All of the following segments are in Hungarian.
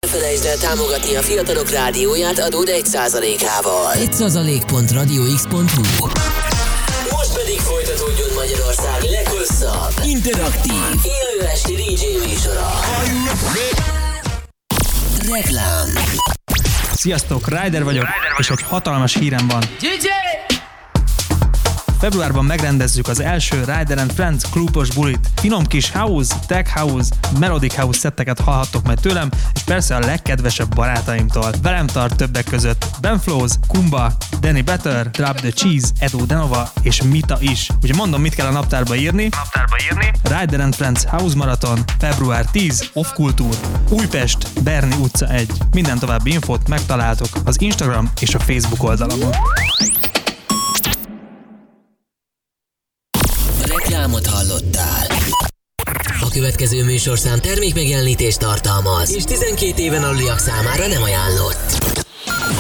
Felejtsd el támogatni a Fiatalok Rádióját adód 1%-ával. 1%.radiox.hu. Most pedig folytatódjon Magyarország leghosszabb, interaktív, élő esti DJ műsora. Reklám. Sziasztok, Ryder vagyok, és egy hatalmas hírem van. DJ! Februárban megrendezzük az első Ryder & Friends klubos bulit. Finom kis house, tech house, melodic house szetteket hallhattok majd tőlem, és persze a legkedvesebb barátaimtól. Velem tart többek között Ben Flows, Kumba, Danny Better, Drop the Cheese, Edo Denova és Mita is. Ugye mondom, mit kell a naptárba írni? Ryder & Friends House Marathon, február 10, Off Kultúr, Újpest, Berni utca 1. Minden további infót megtaláltok az Instagram és a Facebook oldalamon. Reklámot hallottál. A következő műsorszám termékmegjelenítést tartalmaz, és 12 éven aluliak számára nem ajánlott. 3,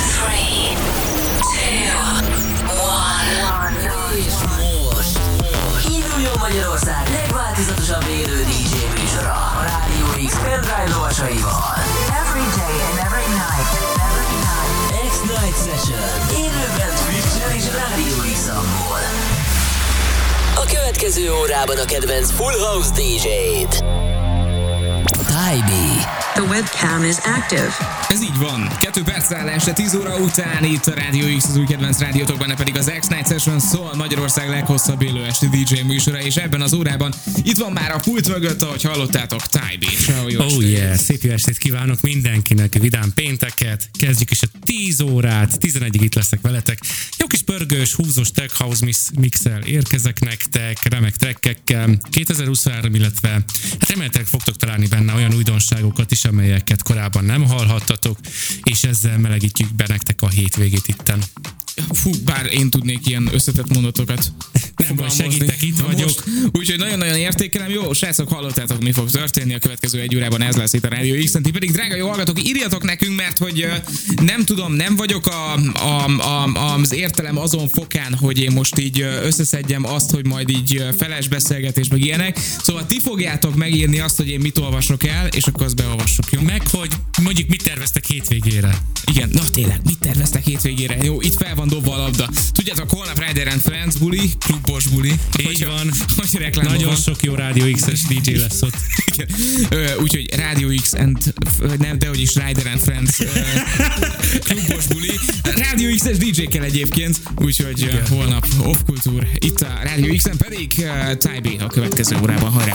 2, 1. És most induljon Magyarország legváltozatosabb élő DJ műsora a Rádió X pendrive lovasaival. Every day and every night. X-Night Session. Élőben Twitch-en és Rádió X-amból. A következő órában a kedvenc Full House DJ-t. Tybee. The webcam is active. Ez így van. 2 perc rá este 10 óra után itt a Rádió X, az új kedvenc rádiótok, benne pedig az X-Night Session szól, Magyarország leghosszabb élő esti DJ műsora, és ebben az órában itt van már a pult mögött, ahogy hallottátok, Tybee. Oh yeah, szép jó estét kívánok mindenkinek, vidám pénteket, kezdjük is a 10 órát, 11-ig itt leszek veletek. Jó kis pörgős, húzós tech house mixel érkezek nektek, remek trackekkel, 2023, illetve hát remélhetőleg fogtok találni benne olyan újdonságokat is, amelyeket korábban nem hallhattatok, és ezzel melegítjük be nektek a hétvégét itten. Fú, bár én tudnék ilyen összetett mondatokat. Nem baj, segítek, itt vagyok. Úgyhogy nagyon-nagyon értékelem. Jó, srácok, hallottátok, mi fog történni a következő 1 órában, ez lesz itt a Rádió X-en. Ti pedig, drága jó hallgatók, írjatok nekünk, mert hogy nem tudom, nem vagyok az értelem azon fokán, hogy én most így összeszedjem azt, hogy majd így feles beszélgetés, meg ilyenek. Szóval ti fogjátok megírni azt, hogy én mit olvasok el, és akkor azt beolvassuk, jó? Meg, hogy mondjuk mit terveztek hétvégére. Igen, na tényleg, mit terveztek hétvégére? Jó, itt fel van dobva a labda. Tudjátok, holnap Ryder & Friends buli, klubos buli. Így van. Hogy reklámban nagyon van. sok jó Rádió X-es DJ lesz ott. Úgyhogy Rádió X nem, dehogy is Ryder & Friends klubos buli. Rádió X-es DJ-kkel egyébként, úgyhogy holnap Off Kultúr. Itt a Rádió X-en pedig Tybee a következő órában. Hajrá!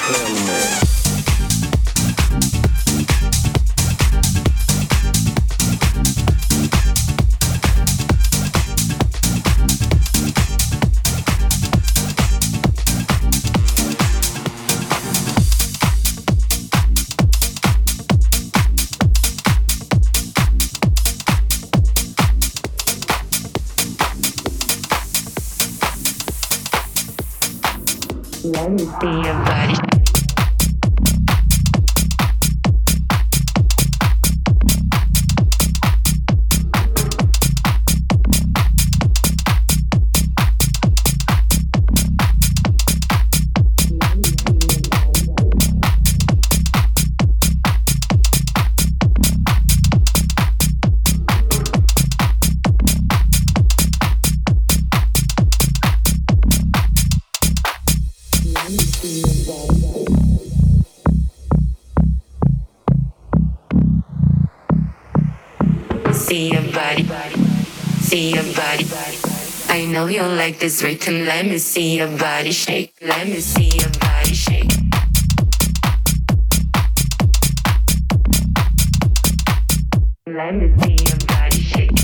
Let me see your body. See your body, see your body. I know you like this rhythm. Let me see your body shake. Let me see your body shake. Let me see your body shake.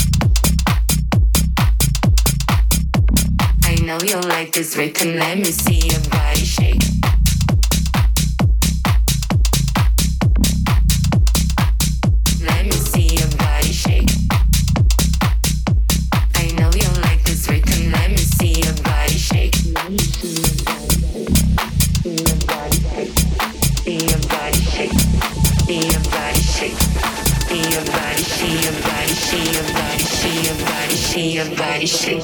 I know you like this rhythm. Let me see your body shake. Let me see your body shake. I know you like this rhythm. Let me see your body shake. Let me see your body shake. See your body shake. See your body shake. See your body, see your body, see your body, see your body, see your body shake.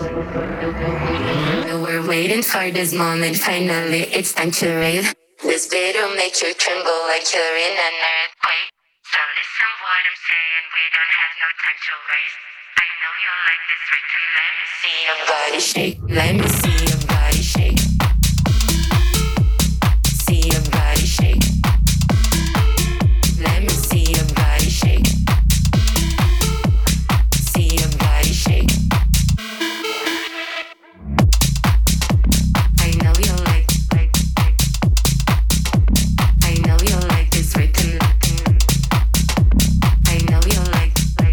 We're waiting for this moment. Finally, it's time to rave. This beat will make you tremble like you're in an earthquake. So listen what I'm saying, we don't have no time to waste. I know you like this rhythm, let me see your body shake. Let me see your body shake. See your body shake. Let me see your body shake. See your body shake. I know you like I know you like this rhythm. I know you like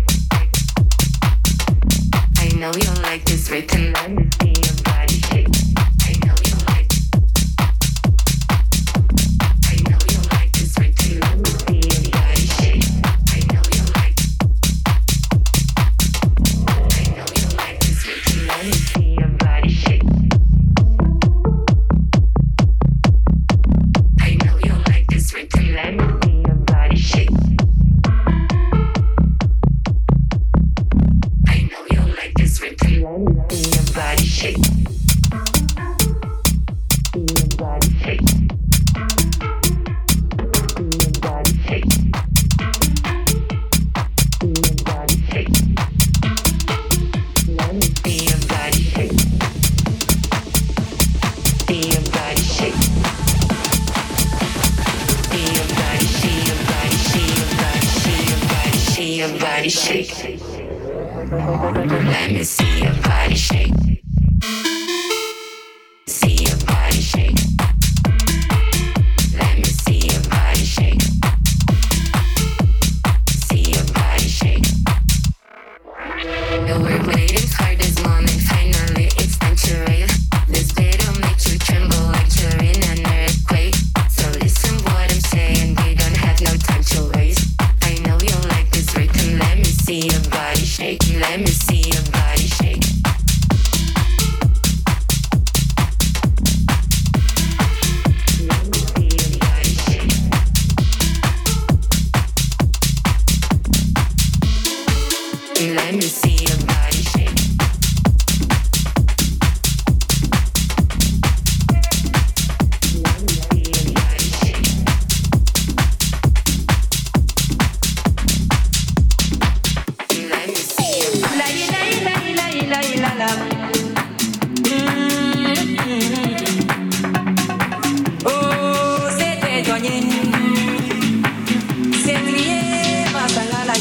I know you like this rhythm. Let me see your body shake. I know you like I know you like this rhythm. Let me see your body shake. I know you like I know you like this rhythm. Let me see your body shake. I know you like this rhythm. Let me see your body shake. I know you like this rhythm. Let me see your body shake. See your body shake. See your body shake. See your body shake. Let me see your body shake. See your body shake. See your body, see your body, see your body, see your body, see your body shake. Let me see your body shake. See your body shake. Let me see your body shake. See your body shake. We're waiting for this moment. Finally, it's time to rave. This beat will make you tremble like you're in an earthquake. So listen what I'm saying. We don't have no time to waste. I know you like this rhythm. Let me see your body shake. Let me see your body shake. Let me see your body shake. Let me see your body shake. Let me see your body shake. Let me see your body Oh, c'était joigné. C'est lié, ma sangala.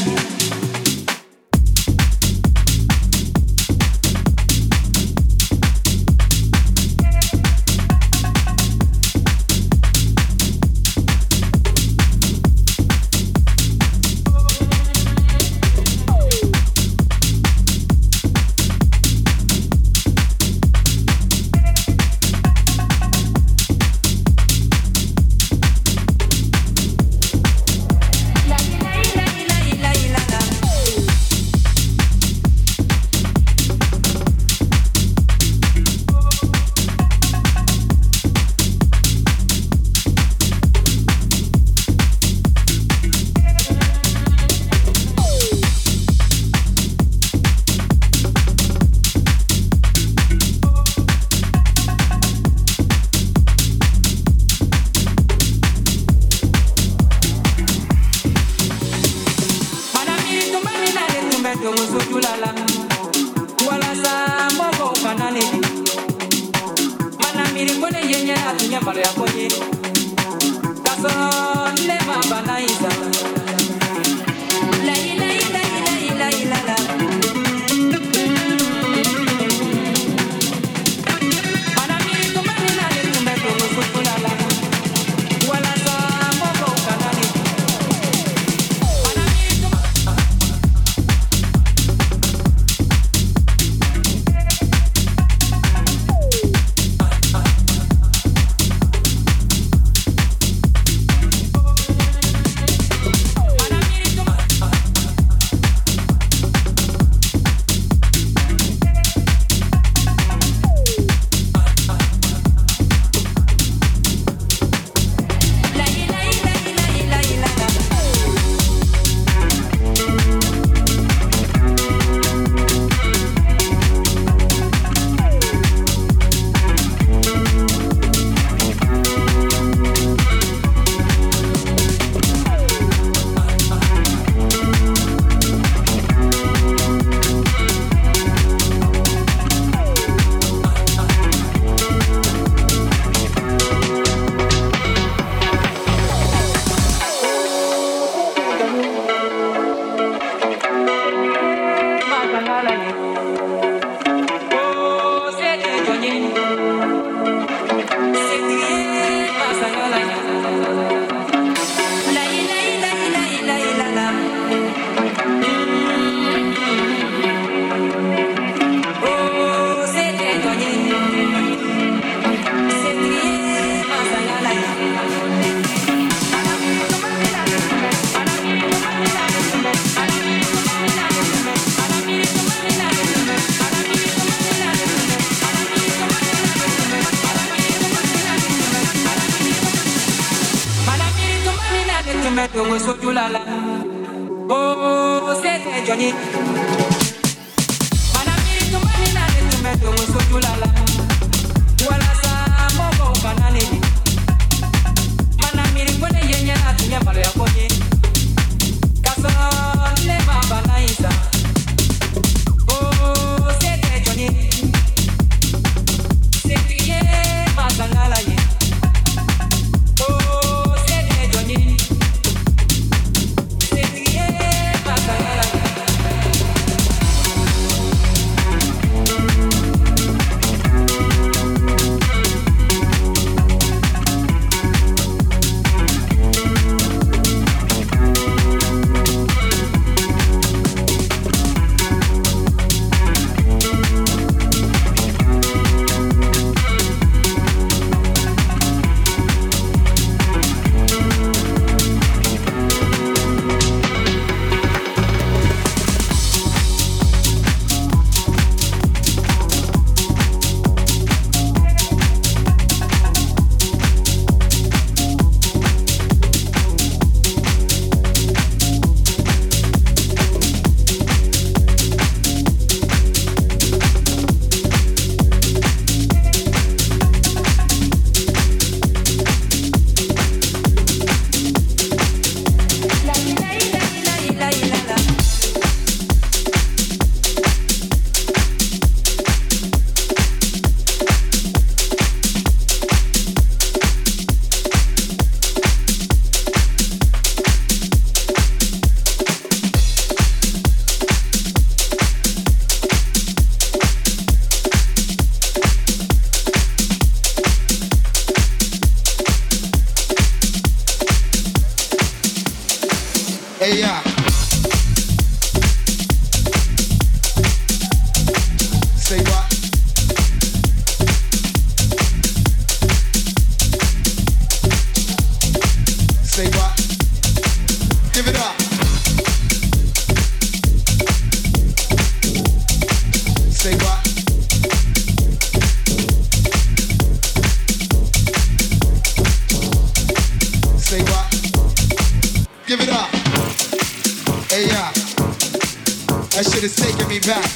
is taking me back.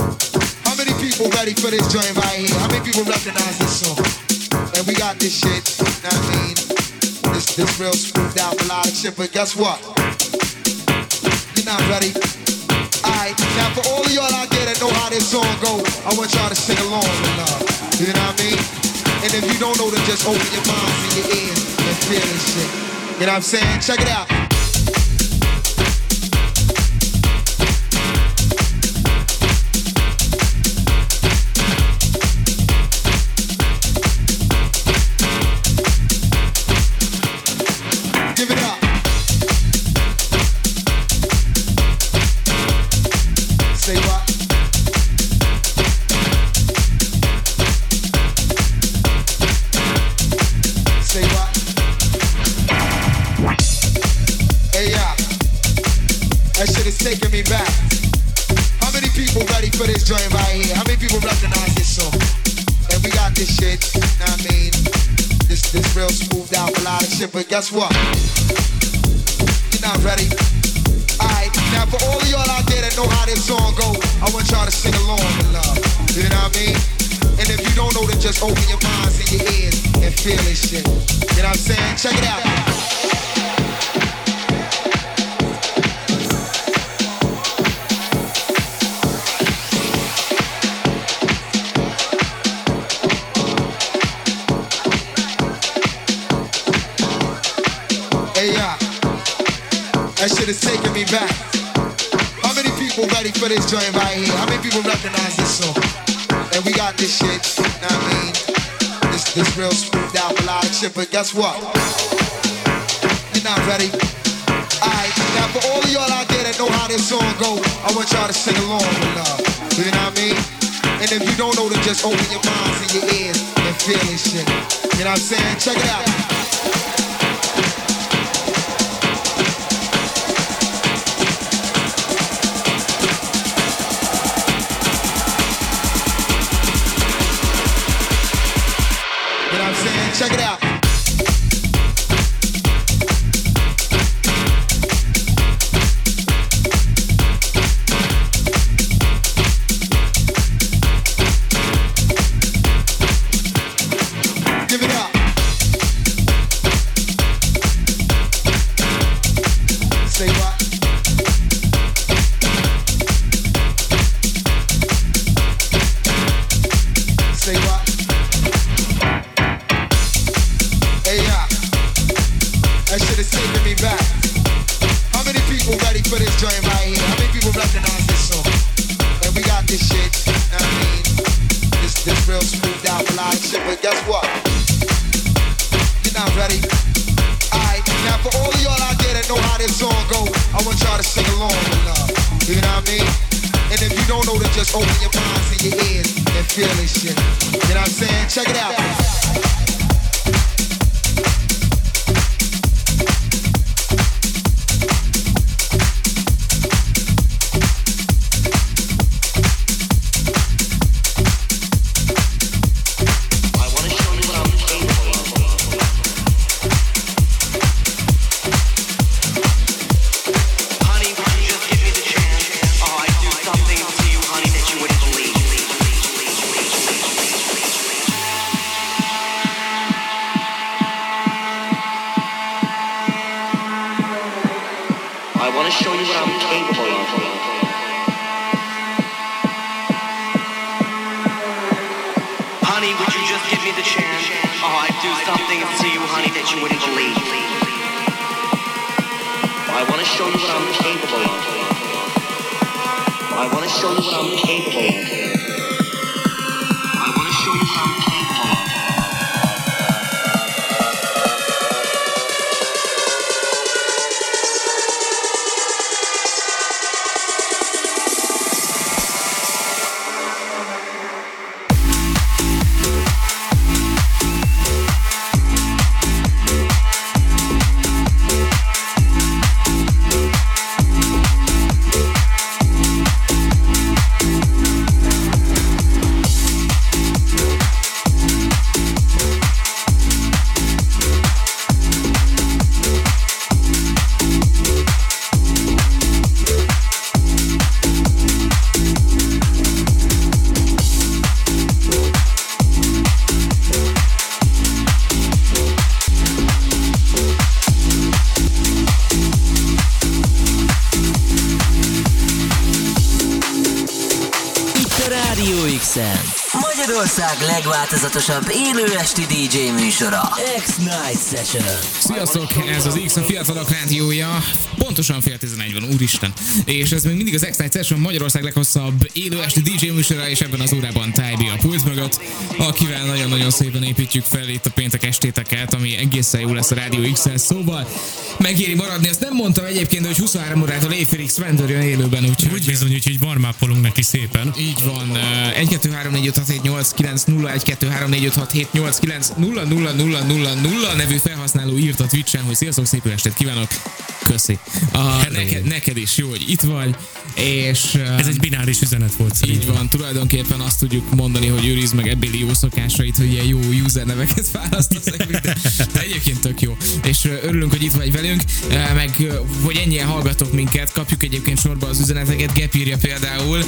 How many people ready for this joint right here? How many people recognize this song? And we got this shit, you know what I mean? This real smoothed out melodic shit, but guess what? You're not ready. I Alright, now for all of y'all out there that know how this song go, I want y'all to sing along with love. You know what I mean? And if you don't know, then just open your minds and your ears and feel this shit. You know what I'm saying? Check it out. Give it up. Say what? Say what? Hey, yeah. That shit is taking me back. How many people ready for this joint right here? How many people recognize this song? And we got this shit, know what I mean? This real smoothed out a lot of shit, but guess what? You're not ready. Alright, now for all of y'all out there that know how this song go, I want y'all to sing along with love. You know what I mean? And if you don't know, then just open your minds and your ears and feel this shit. You know what I'm saying? Check it out. Hey, yeah. That shit is taking me back. How many people ready for this joint right here? How many people recognize this song? And we got this shit, know what I mean? This real smoothed out a lot of shit, but guess what? You're not ready. Alright, now for all of y'all out there that know how this song go, I want y'all to sing along with love. You know what I mean? And if you don't know, then just open your minds and your ears and feel this shit. You know what I'm saying? Check it out. Check it out. Give it up. Say what? Say what? That shit is taking me back. How many people ready for this joint right here? How many people recognize this song? And we got this shit, know what I mean? This real smoothed out a lot of shit, but guess what? You're not ready. Alright, now for all of y'all out there that know how this song go, I want y'all to sing along with love. You know what I mean? And if you don't know, then just open your minds and your ears and feel this shit. You know what I'm saying? Check it out. X-en. Magyarország legváltozatosabb élő esti DJ műsora. X-Night Session. Sziasztok, ez az X, a Fiatalok Rádiója. Pontosan 10:11 van, úristen. És ez még mindig az X-Night Session, Magyarország leghosszabb élő esti DJ műsora, és ebben az órában Tybee a pult mögött, akivel nagyon-nagyon szépen építjük fel itt a péntek estéteket, ami egészen jó lesz a Rádió X-el, szóval megéri maradni. Azt nem mondtam egyébként, hogy 23 órától éjfélig Svendor jön élőben, úgy bizony, úgyhogy warm-upolunk neki szépen. Így van. 1 2 3 4 5 6 7 8 9 0 1 2 3 4 5 6 7 8 9 0 0 0 0 0 nevű felhasználó írt a Twitchen, hogy sziasztok, szép estét kívánok. Köszi. Neked is jó, hogy itt vagy, és... Ez egy bináris üzenet volt szerintem. Így van, tulajdonképpen azt tudjuk mondani, hogy őrizd meg ebbéli jó szokásait, hogy ilyen jó user neveket választasz, de egyébként tök jó. És örülünk, hogy itt vagy velünk, meg hogy ennyien hallgatok minket, kapjuk egyébként sorba az üzeneteket. Gep írja például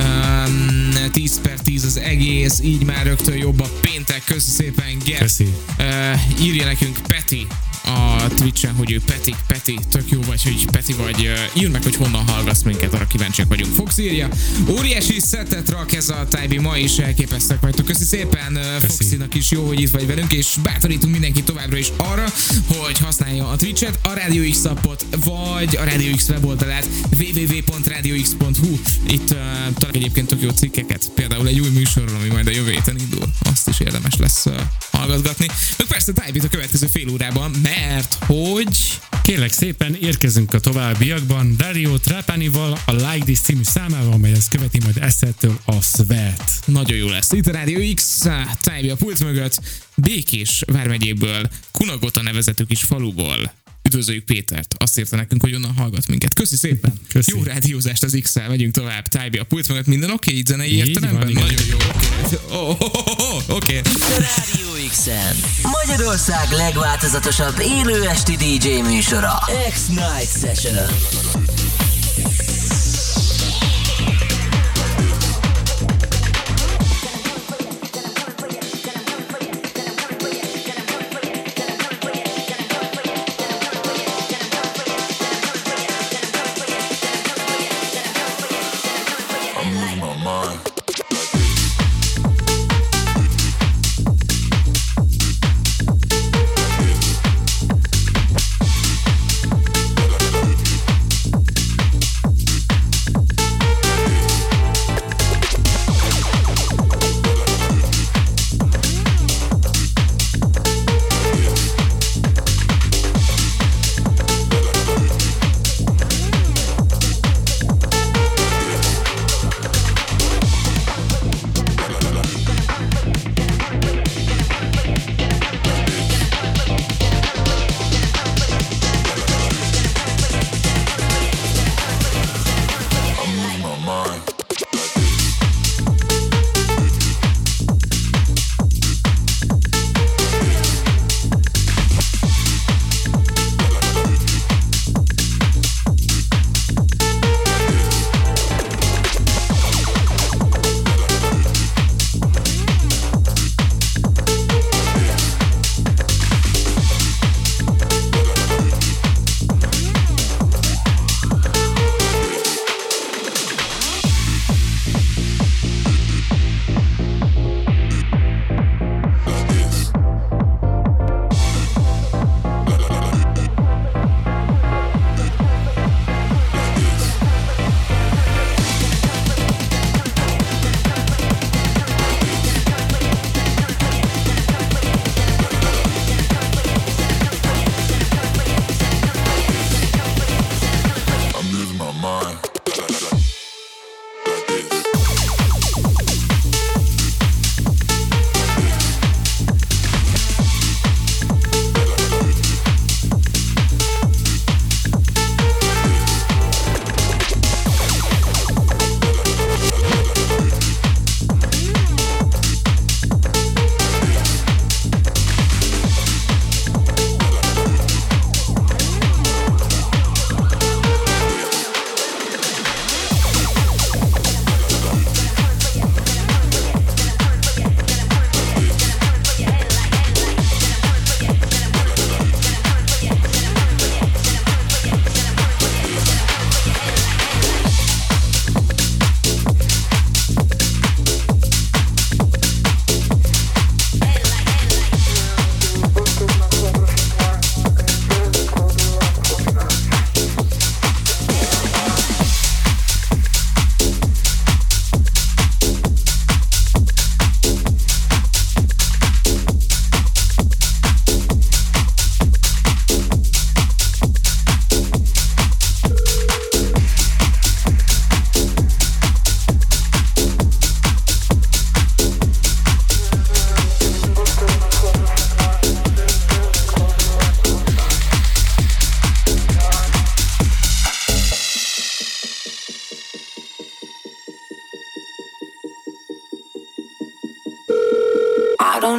10/10 az egész, így már rögtön jobb a péntek. Köszi szépen, Gep. Köszi. Írja nekünk Peti a Twitchen, hogy ő Peti, tök jó vagy, hogy Peti vagy, írd meg, hogy honnan hallgatsz minket, arra kíváncsiak vagyunk. Fox írja, óriási szettet rak ez a Tybee, ma is elképesztek vagytok. Köszi szépen, Foxinak is jó, hogy itt vagy velünk, és bátorítunk mindenkit továbbra is arra, hogy használja a Twitchet, a Radio X appot, vagy a Radio X weboldalát, www.radiox.hu. Itt talán egyébként tök jó cikkeket, például egy új műsorról, ami majd a jövő héten indul, azt is érdemes lesz hallgatgatni. Meg persze Tybee-t a következő fél órában, mert hogy... Kérlek szépen, érkezünk a továbbiakban Dario Trapanival, a Like This című számával, melyhez követi majd Eszettől a Sweat. Nagyon jó lesz. Itt a Radio X, Tybee a pult mögött, Békés vármegyéből, Kunagota nevezetű kis faluból. Üdvözöljük Pétert. Azt írta nekünk, hogy onnan hallgat minket. Köszi szépen. Köszi. Jó rádiózást az X-el. Megyünk tovább. Tybee a pult mögött. Minden oké? Így zenei értelemben? Nagyon jó. Oké. Rádió X-en. Magyarország legváltozatosabb élő esti DJ műsora. X-Night Session.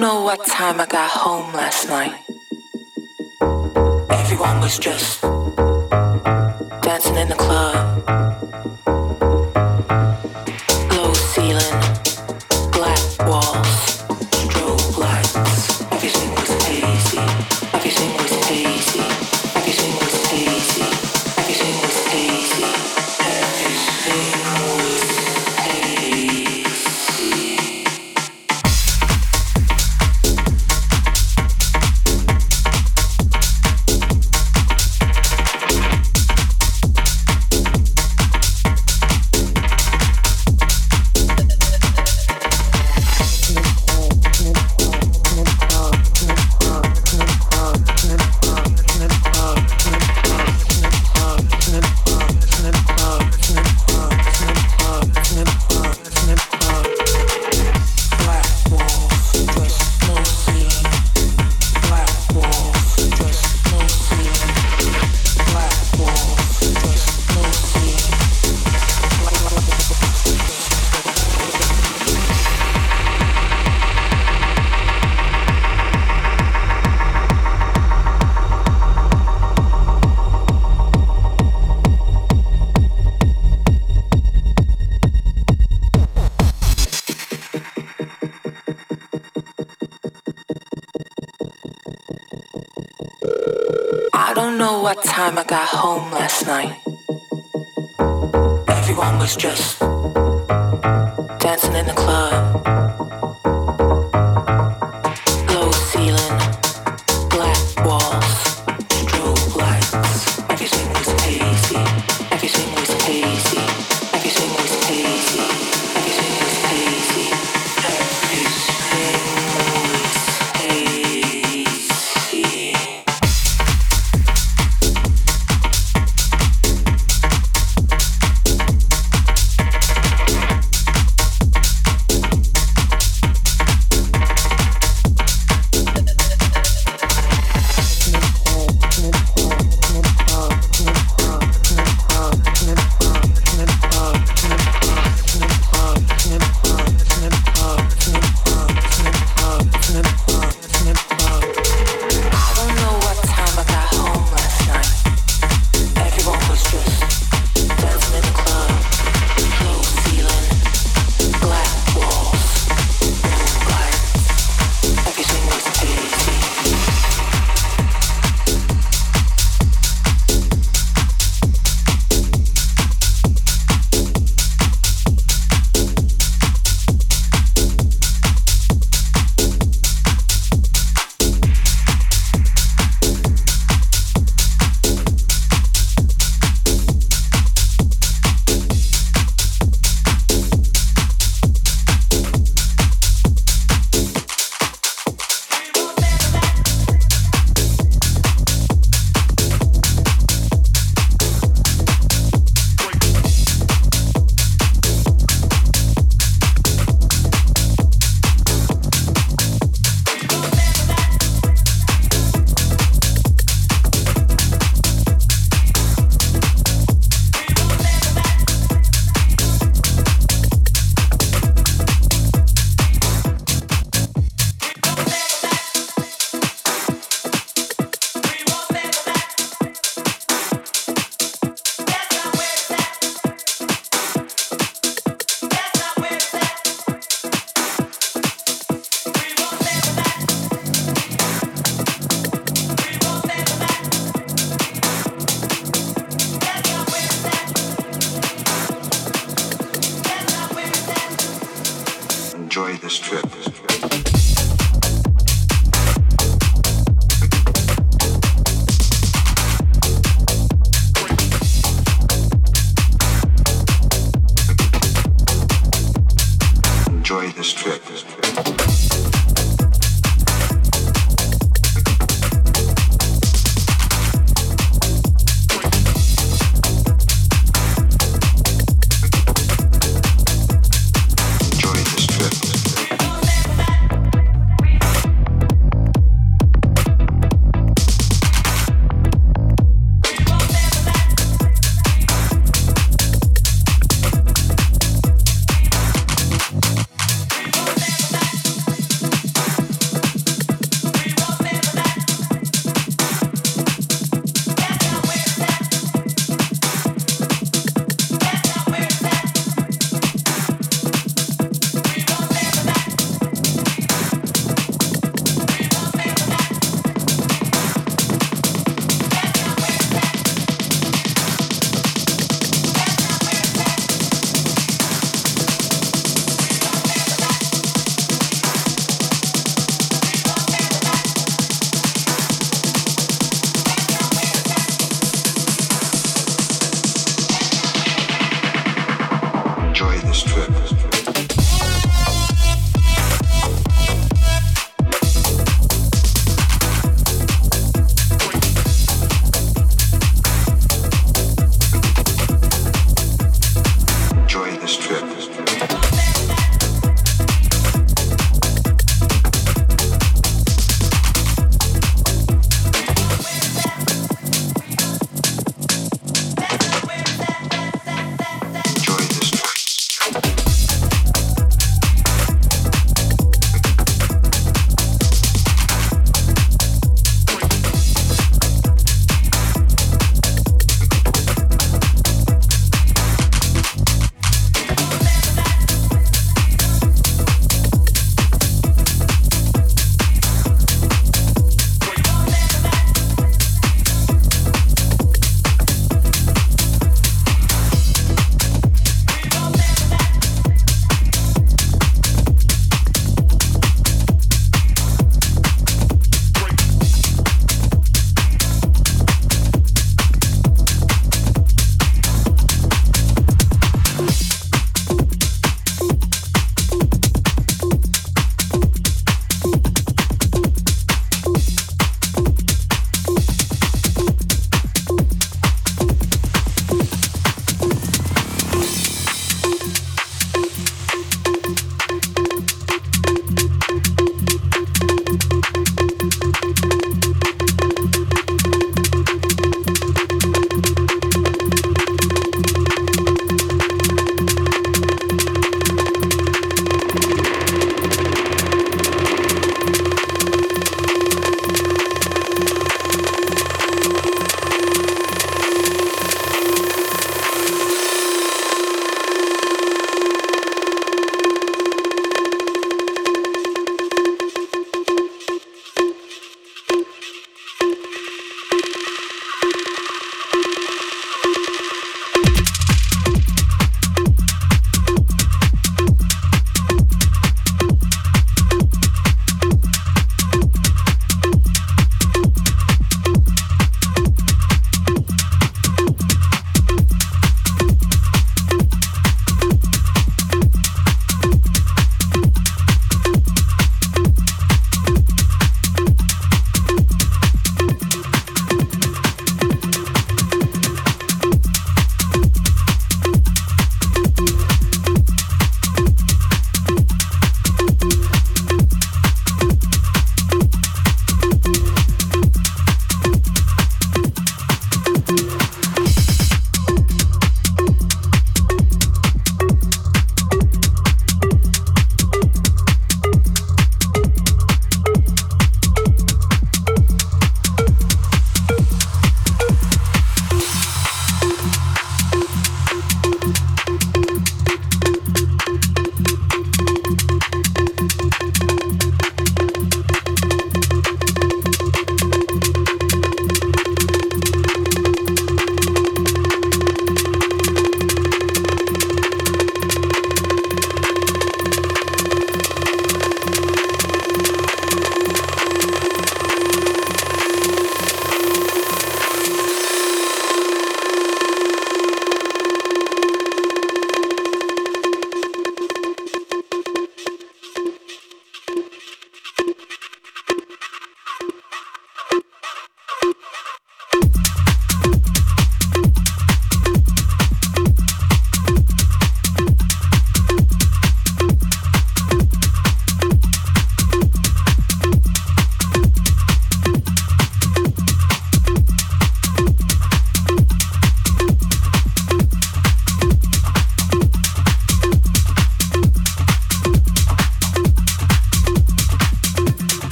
know what time I got home last night. Everyone was just dancing in the club. Low ceiling, black walls, strobe lights. Everything was hazy. Everything was hazy. Everything was hazy. Everything was hazy. Everything was hazy. I don't know what time I got home last night. Everyone was just dancing in the club. Low ceiling, black walls, strobe lights. Everything was hazy. Everything was hazy. Everything was hazy. Everything was hazy. Everything was hazy.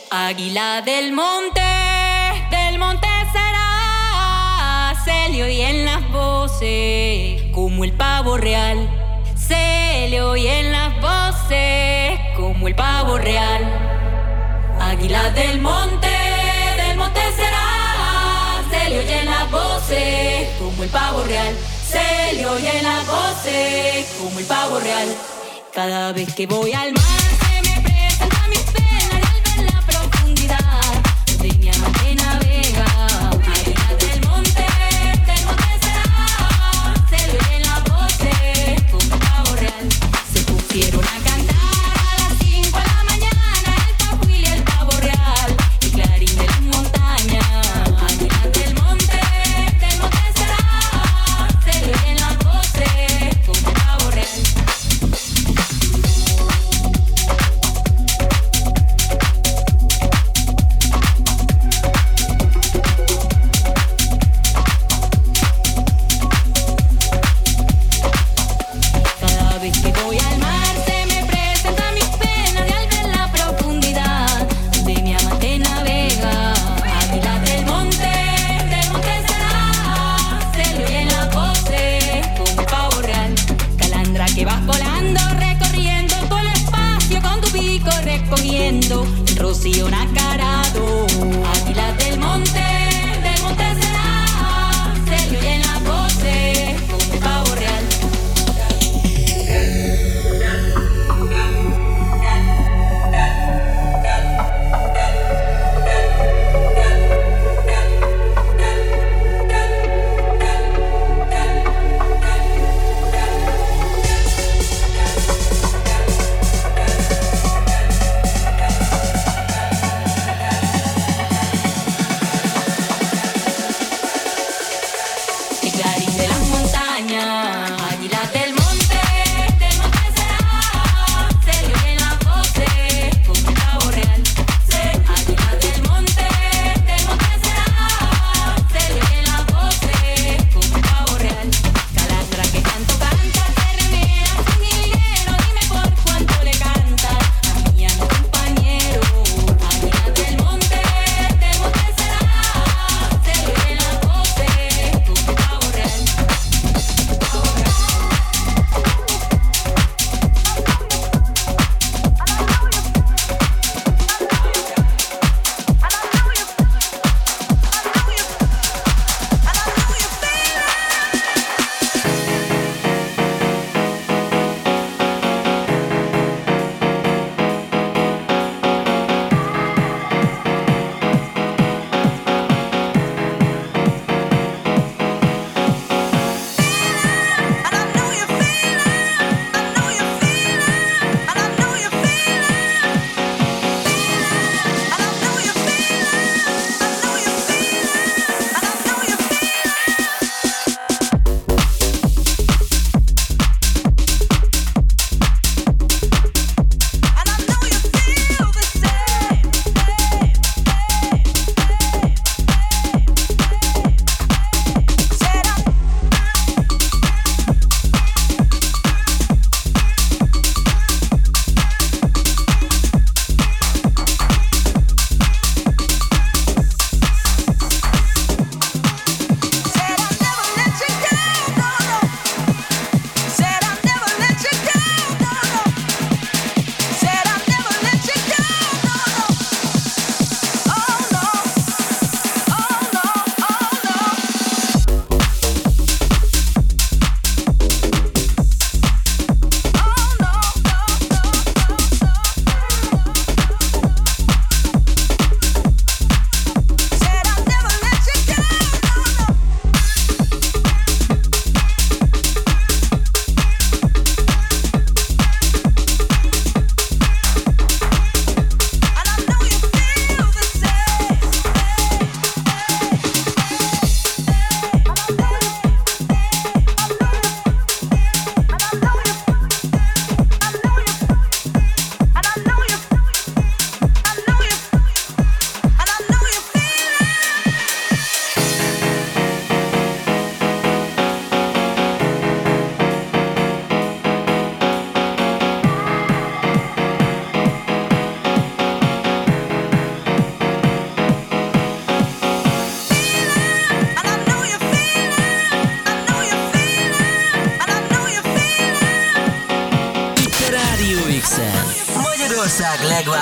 Águila del monte será, se le oyen las voces como el pavo real, se le oyen las voces como el pavo real. Águila del monte será, se le oyen las voces como el pavo real, se le oyen las voces como el pavo real. Cada vez que voy al mar se me presenta mis penas y al ver la profundidad de mi amante navega. Águila del monte será, se le oyen las voces como el pavo real. Se pusieron a cantar a las 5 de la mañana el tahuil y el pavo real, el clarín de las montañas. Águila del monte será, se le oyen las voces como el pavo real. Cada vez que voy al mar se me presentan mis penas y al ver la profundidad de mi amante navega. Águila del monte será, se le oyen las voces como el pavo real. Calandra que vas volando, recorriendo todo el espacio con tu pico recogiendo el rocío nacarado. Águila del monte será, se le oyen las voces como el pavo real.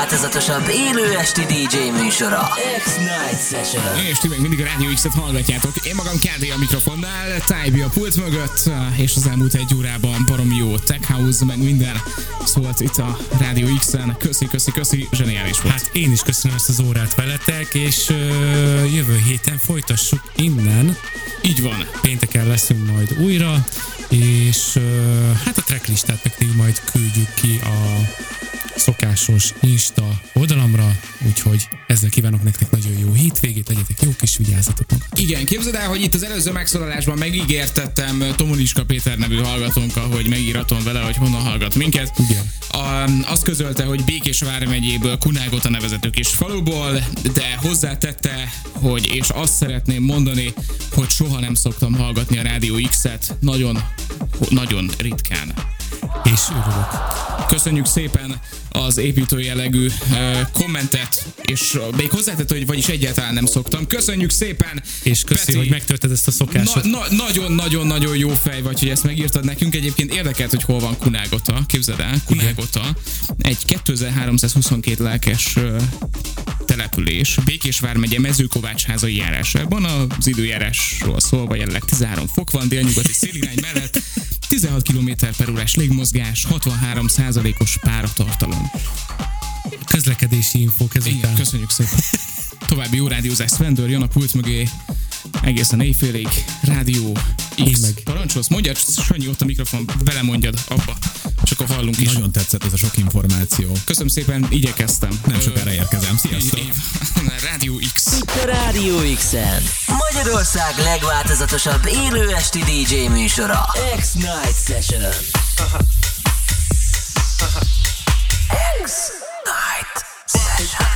legváltozatosabb élő esti DJ műsora, X-Night Session. És ti meg mindig a Rádió X-et hallgatjátok. Én magam KD a mikrofonnál, Tybi a pult mögött, és az elmúlt egy órában baromi jó tech house, meg minden szólt itt a Rádió X-en. Köszi, zseniális volt. Hát én is köszönöm ezt az órát veletek, és jövő héten folytassuk innen. Így van. Pénteken leszünk majd újra, és hát a tracklistát meg majd küldjük ki a szokásos Insta oldalamra, úgyhogy ezzel kívánok nektek nagyon jó hétvégét, legyetek jók és vigyázzatok magad. Igen, képzeld el, hogy itt az előző megszólalásban megígértettem Tomoliska Péter nevű hallgatónkkal, hogy megíratom vele, hogy honnan hallgat minket. Igen. Azt közölte, hogy Békés vármegyéből, Kunágota nevezető kis faluból, de hozzátette, hogy és azt szeretném mondani, hogy soha nem szoktam hallgatni a Rádió X-et, nagyon ritkán. És örülök. Köszönjük szépen az építő jellegű kommentet, és még hozzátett, hogy vagyis egyáltalán nem szoktam. Köszönjük szépen! És köszi, Peti, hogy megtölted ezt a szokásot. Nagyon-nagyon jó fej vagy, hogy ezt megírtad nekünk. Egyébként érdekelt, hogy hol van Kunágota. Képzeld el, Kunágota. Egy 2322 lelkes település, Békés vármegye Mezőkovácsházai járásában. Az időjárásról szólva jelenleg 13 fok van, délnyugati szélirány mellett 16 km/h légmozgás, 63%-os páratartalom. Közlekedési infók ezután. Igen, köszönjük szépen. További jó rádiózás, Svendor jön a pult mögé egészen éjfélig. Rádió X. Meg. Parancsolsz, mondjad, Sanyi, ott a mikrofon, belemondjad abba. Csak a hallunk is. Nagyon tetszett ez a sok információ. Köszönöm szépen, igyekeztem. Nem sokára érkezem. Sziasztok! Rádió X. Itt a Rádió X-en Magyarország legváltozatosabb élő esti DJ műsora, X-Night Session. X-Night Session.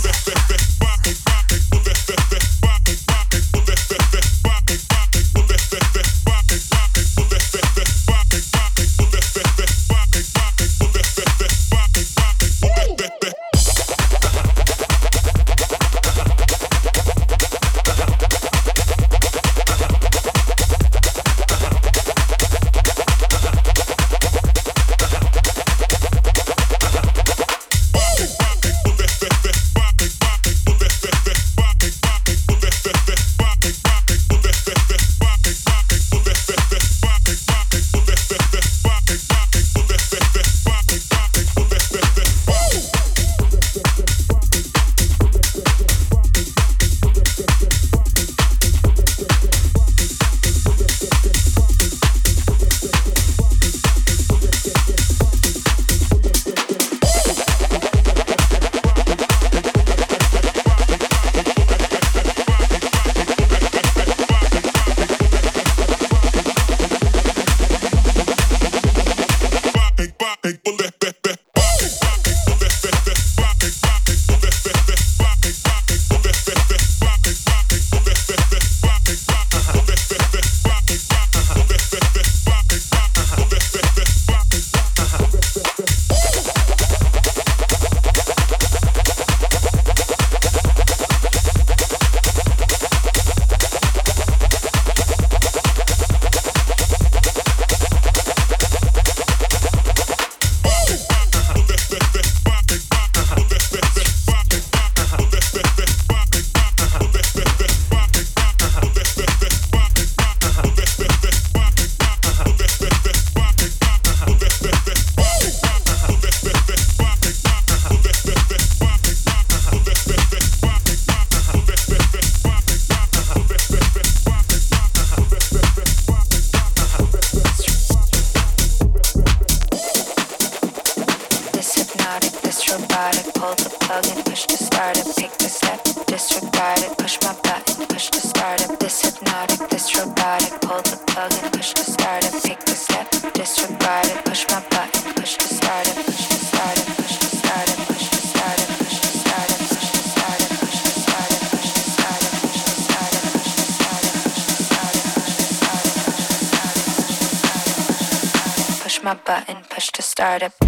My button, push to start it.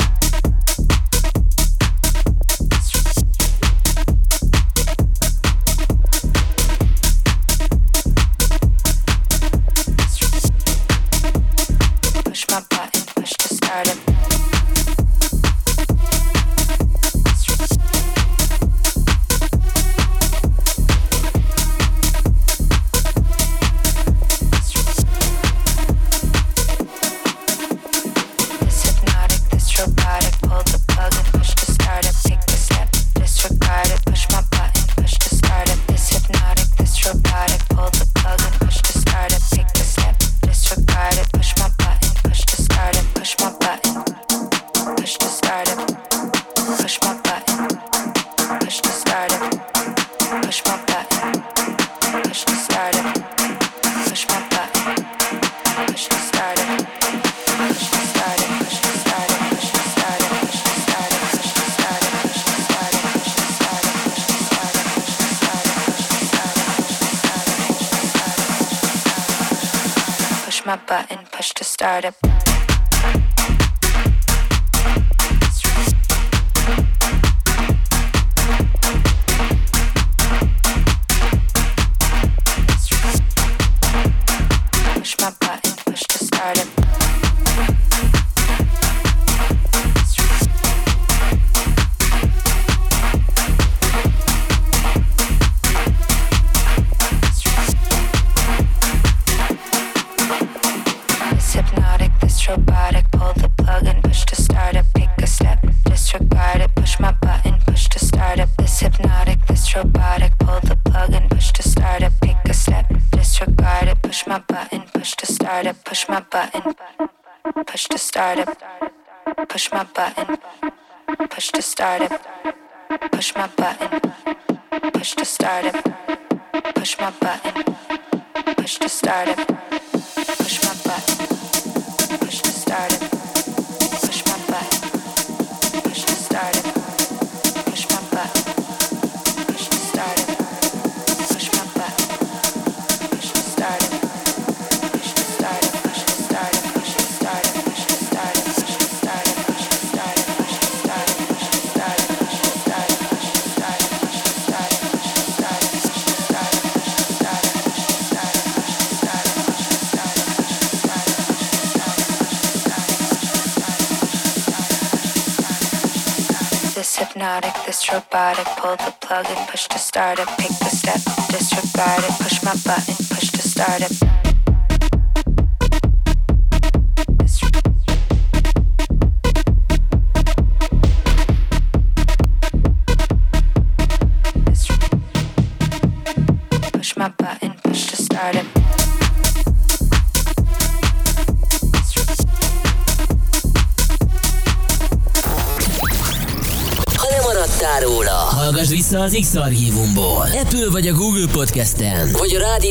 Push my button, push to start it. my button, push to start up. Push my button, push to start up. Robotic, pull the plug and push to start up. Pick a step, disregard it. Push my button, push to start up. This hypnotic, this robotic, pull the plug and push to start up. Pick a step, disregard it. Push my button, push to start up. Push my button, push to start up. Push my button, push to start up. Push my button, push to start up. Push my button, push to start up. Push my button. Push to start it. Push my button. Push to start it. Push my button. Push to start it. Push my button. Push to start it. Push to start it. Push to start it. Push to start it. Push to start it. Push to start it. Push to start it. Push to start it. Push to start it. Push to start it. Push to start it. Push to start it. Push to start it. Push to start it. Push to start it. This hypnotic, this robotic, pull the plug and push to start it. Pick the step, disregard it. Push my button, push to start it. Push my button, push to start it. Maradtál róla? Hallgass vissza az X-Archívumból. Apple vagy a Google Podcasten, vagy a rádió